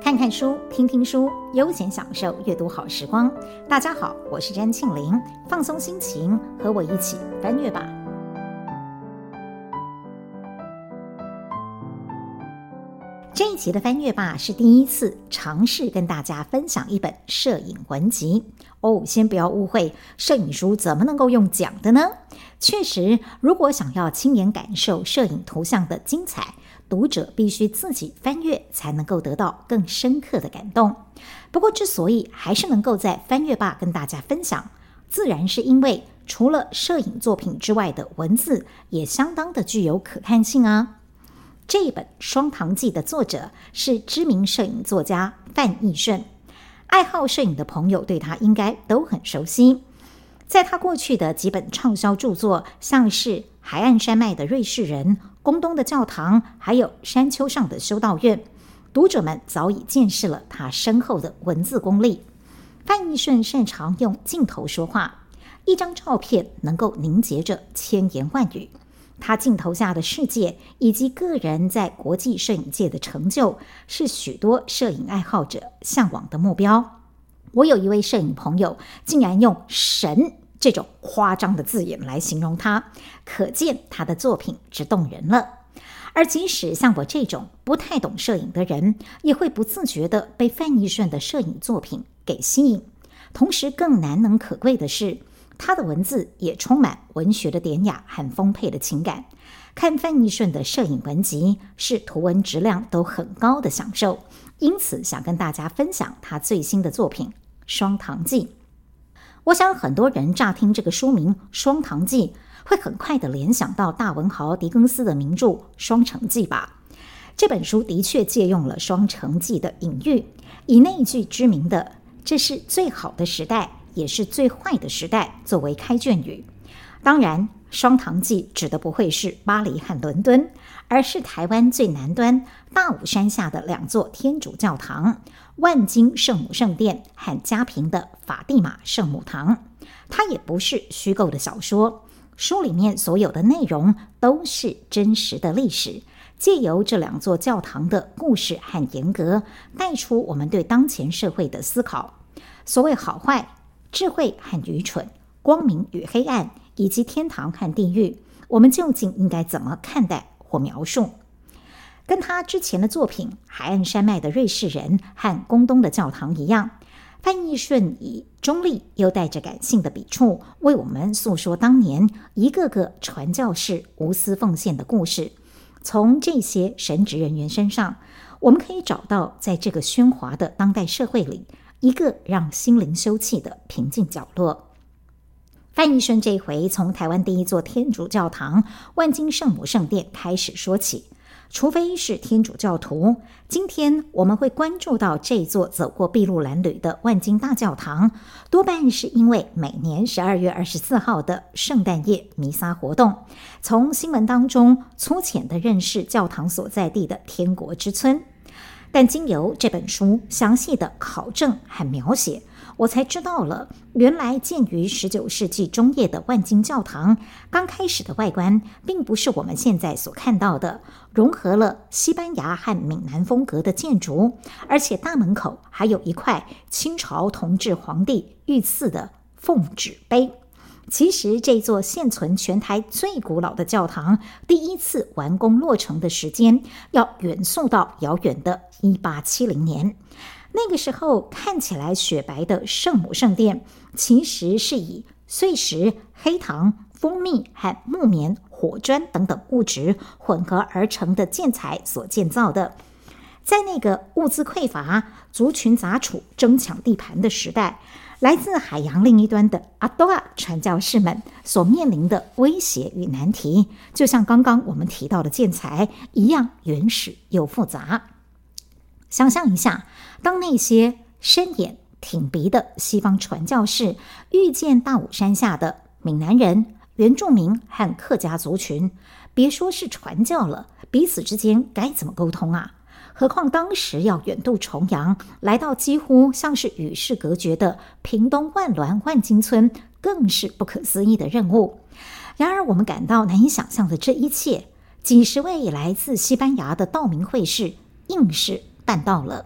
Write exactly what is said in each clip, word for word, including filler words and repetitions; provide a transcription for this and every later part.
看看书，听听书，悠闲享受阅读好时光。大家好，我是詹庆玲，放松心情，和我一起翻阅吧。这一集的翻阅吧是第一次尝试跟大家分享一本摄影文集哦，先不要误会，摄影书怎么能够用讲的呢？确实，如果想要亲眼感受摄影图像的精彩，读者必须自己翻阅才能够得到更深刻的感动。不过之所以还是能够在翻阅吧跟大家分享，自然是因为除了摄影作品之外的文字也相当的具有可看性啊。这一本《双堂记》的作者是知名摄影作家范逸顺，爱好摄影的朋友对他应该都很熟悉。在他过去的几本畅销著作，像是《海岸山脉的瑞士人》、《宫东的教堂》，还有《山丘上的修道院》，读者们早已见识了他深厚的文字功力。范逸顺擅长用镜头说话，一张照片能够凝结着千言万语。他镜头下的世界以及个人在国际摄影界的成就，是许多摄影爱好者向往的目标。我有一位摄影朋友，竟然用神这种夸张的字眼来形容他，可见他的作品之动人了。而即使像我这种不太懂摄影的人，也会不自觉地被范逸顺的摄影作品给吸引。同时更难能可贵的是，他的文字也充满文学的典雅和丰沛的情感。看范逸顺的摄影文集是图文质量都很高的享受，因此想跟大家分享他最新的作品《双堂记》。我想很多人乍听这个书名《双堂记》，会很快的联想到大文豪狄更斯的名著《双城记》吧。这本书的确借用了《双城记》的隐喻，以那一句知名的“这是最好的时代，也是最坏的时代”作为开卷语。当然，双堂记指的不会是巴黎和伦敦，而是台湾最南端大武山下的两座天主教堂，万金圣母圣殿和嘉平的法蒂玛圣母堂。它也不是虚构的小说，书里面所有的内容都是真实的历史，借由这两座教堂的故事和严格，带出我们对当前社会的思考。所谓好坏、智慧和愚蠢、光明与黑暗，以及天堂和地狱，我们究竟应该怎么看待或描述？跟他之前的作品《海岸山脉的瑞士人》和《宫东的教堂》一样，范逸顺以中立又带着感性的笔触，为我们诉说当年一个个传教士无私奉献的故事。从这些神职人员身上，我们可以找到在这个喧哗的当代社会里，一个让心灵休憩的平静角落。范逸顺这一回从台湾第一座天主教堂万金圣母圣殿开始说起。除非是天主教徒，今天我们会关注到这座走过筚路蓝缕的万金大教堂，多半是因为每年十二月二十四号的圣诞夜弥撒活动，从新闻当中粗浅地认识教堂所在地的天国之村。但经由这本书详细的考证和描写，我才知道了，原来建于十九世纪中叶的万金教堂，刚开始的外观并不是我们现在所看到的，融合了西班牙和闽南风格的建筑，而且大门口还有一块清朝同治皇帝御赐的奉旨碑。其实这座现存全台最古老的教堂，第一次完工落成的时间要远溯到遥远的一八七零年。那个时候看起来雪白的圣母圣殿，其实是以碎石、黑糖、蜂蜜和木棉、火砖等等物质混合而成的建材所建造的。在那个物资匮乏、族群杂处、争抢地盘的时代，来自海洋另一端的阿多亚传教士们所面临的威胁与难题，就像刚刚我们提到的建材一样原始又复杂。想象一下，当那些深眼挺鼻的西方传教士遇见大武山下的闽南人、原住民和客家族群，别说是传教了，彼此之间该怎么沟通啊？何况当时要远渡重洋，来到几乎像是与世隔绝的屏东万峦万金村，更是不可思议的任务。然而我们感到难以想象的这一切，几十位来自西班牙的道明会士硬是办到了。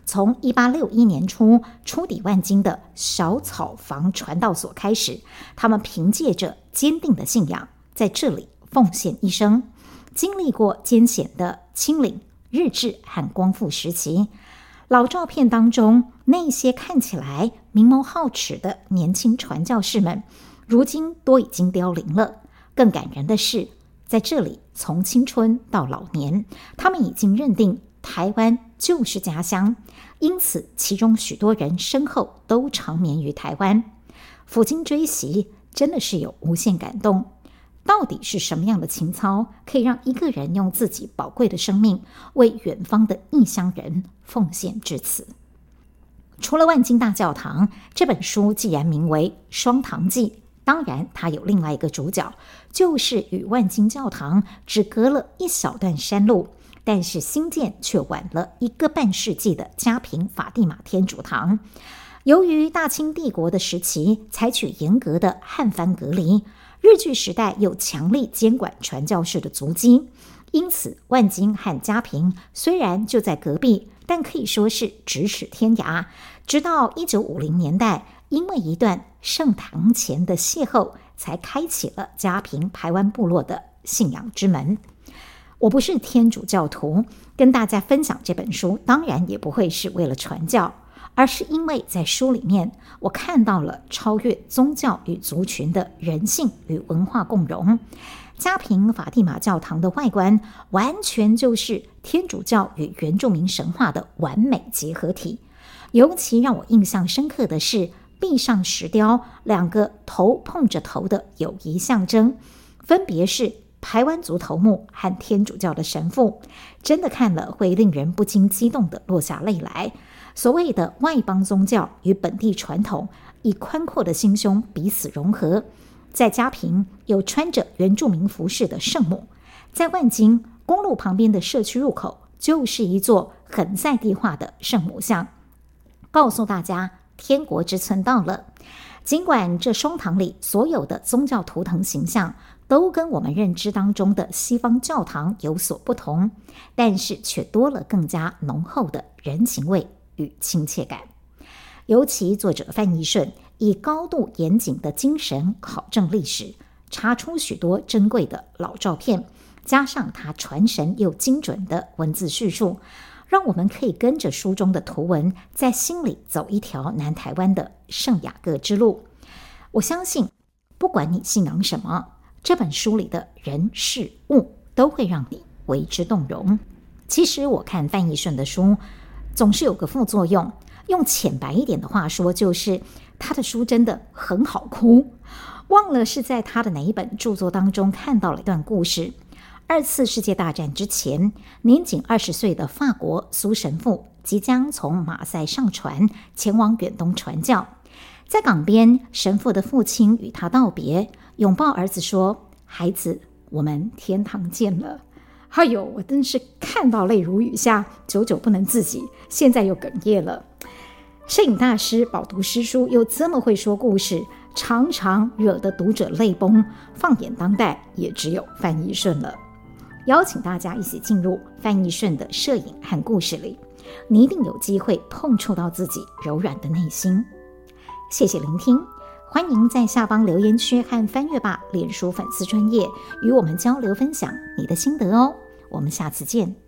从一八六一年初出抵万金的小草房传道所开始，他们凭借着坚定的信仰，在这里奉献一生，经历过艰险的清领、日治和光复时期。老照片当中那些看起来明眸皓齿的年轻传教士们，如今都已经凋零了。更感人的是，在这里从青春到老年，他们已经认定台湾就是家乡，因此其中许多人身后都长眠于台湾。抚今追昔，真的是有无限感动。到底是什么样的情操，可以让一个人用自己宝贵的生命为远方的异乡人奉献至此？除了万金大教堂，这本书既然名为《双堂记》，当然它有另外一个主角，就是与万金教堂只隔了一小段山路，但是兴建却晚了一个半世纪的嘉平法蒂玛天主堂。由于大清帝国的时期采取严格的汉藩隔离，日据时代有强力监管传教士的足迹，因此万金和嘉平虽然就在隔壁，但可以说是咫尺天涯。直到一九五零年代，因为一段圣堂前的邂逅，才开启了嘉平排湾部落的信仰之门。我不是天主教徒，跟大家分享这本书当然也不会是为了传教，而是因为在书里面我看到了超越宗教与族群的人性与文化共融。嘉平法蒂玛教堂的外观完全就是天主教与原住民神话的完美结合体。尤其让我印象深刻的是壁上石雕两个头碰着头的友谊象征，分别是排湾族头目和天主教的神父，真的看了会令人不禁激动的落下泪来。所谓的外邦宗教与本地传统，以宽阔的心胸彼此融合。在嘉平有穿着原住民服饰的圣母，在万金公路旁边的社区入口就是一座很在地化的圣母像，告诉大家天国之村到了。尽管这双堂里所有的宗教图腾形象都跟我们认知当中的西方教堂有所不同，但是却多了更加浓厚的人情味与亲切感。尤其作者范义顺以高度严谨的精神考证历史，查出许多珍贵的老照片，加上他传神又精准的文字叙述，让我们可以跟着书中的图文，在心里走一条南台湾的圣雅各之路。我相信不管你信仰什么，这本书里的人事物都会让你为之动容。其实我看范义顺的书总是有个副作用，用浅白一点的话说，就是他的书真的很好哭。忘了是在他的哪一本著作当中看到了一段故事。二次世界大战之前，年仅二十岁的法国苏神父即将从马赛上船前往远东传教。在港边，神父的父亲与他道别，拥抱儿子说：“孩子，我们天堂见了。”哎呦，我真是看到泪如雨下，久久不能自己，现在又哽咽了。摄影大师饱读诗书，又这么会说故事，常常惹得读者泪崩。放眼当代，也只有范义顺了。邀请大家一起进入范义顺的摄影和故事里，你一定有机会碰触到自己柔软的内心。谢谢聆听，欢迎在下方留言区和翻阅吧脸书粉丝专页与我们交流分享你的心得哦。我们下次见。